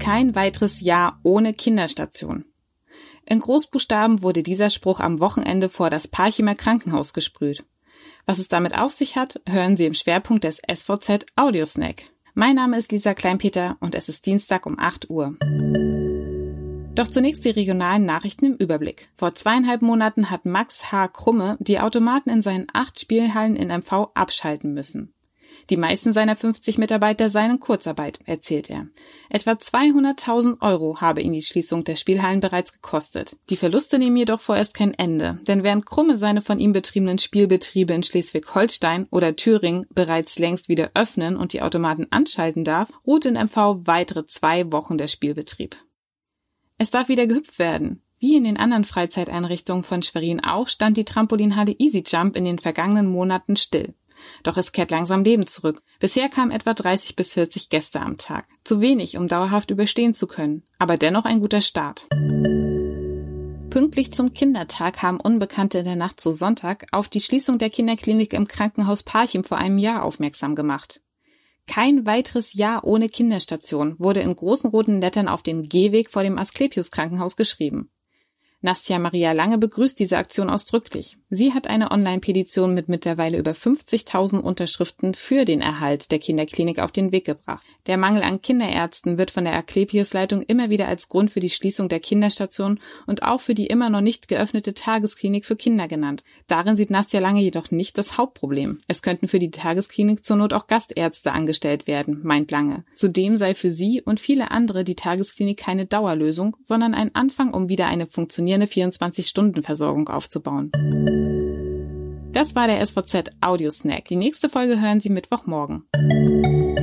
Kein weiteres Jahr ohne Kinderstation. In Großbuchstaben wurde dieser Spruch am Wochenende vor das Parchimer Krankenhaus gesprüht. Was es damit auf sich hat, hören Sie im Schwerpunkt des SVZ Audiosnack. Mein Name ist Lisa Kleinpeter und es ist Dienstag um 8 Uhr. Doch zunächst die regionalen Nachrichten im Überblick. Vor 2,5 Monaten hat Max H. Krumme die Automaten in seinen 8 Spielhallen in MV abschalten müssen. Die meisten seiner 50 Mitarbeiter seien in Kurzarbeit, erzählt er. Etwa 200.000 € habe ihn die Schließung der Spielhallen bereits gekostet. Die Verluste nehmen jedoch vorerst kein Ende, denn während Krumme seine von ihm betriebenen Spielbetriebe in Schleswig-Holstein oder Thüringen bereits längst wieder öffnen und die Automaten anschalten darf, ruht in MV weitere 2 Wochen der Spielbetrieb. Es darf wieder gehüpft werden. Wie in den anderen Freizeiteinrichtungen von Schwerin auch, stand die Trampolinhalle Easy Jump in den vergangenen Monaten still. Doch es kehrt langsam Leben zurück. Bisher kamen etwa 30 bis 40 Gäste am Tag. Zu wenig, um dauerhaft überstehen zu können, aber dennoch ein guter Start. Pünktlich zum Kindertag haben Unbekannte in der Nacht zu Sonntag auf die Schließung der Kinderklinik im Krankenhaus Parchim vor einem Jahr aufmerksam gemacht. Kein weiteres Jahr ohne Kinderstation wurde in großen roten Lettern auf den Gehweg vor dem Asklepios-Krankenhaus geschrieben. Nastja Maria Lange begrüßt diese Aktion ausdrücklich. Sie hat eine Online-Petition mit mittlerweile über 50.000 Unterschriften für den Erhalt der Kinderklinik auf den Weg gebracht. Der Mangel an Kinderärzten wird von der Asklepios-Leitung immer wieder als Grund für die Schließung der Kinderstation und auch für die immer noch nicht geöffnete Tagesklinik für Kinder genannt. Darin sieht Nastja Lange jedoch nicht das Hauptproblem. Es könnten für die Tagesklinik zur Not auch Gastärzte angestellt werden, meint Lange. Zudem sei für sie und viele andere die Tagesklinik keine Dauerlösung, sondern ein Anfang, um wieder eine funktionierende 24-Stunden-Versorgung aufzubauen. Das war der SVZ Audiosnack. Die nächste Folge hören Sie Mittwochmorgen.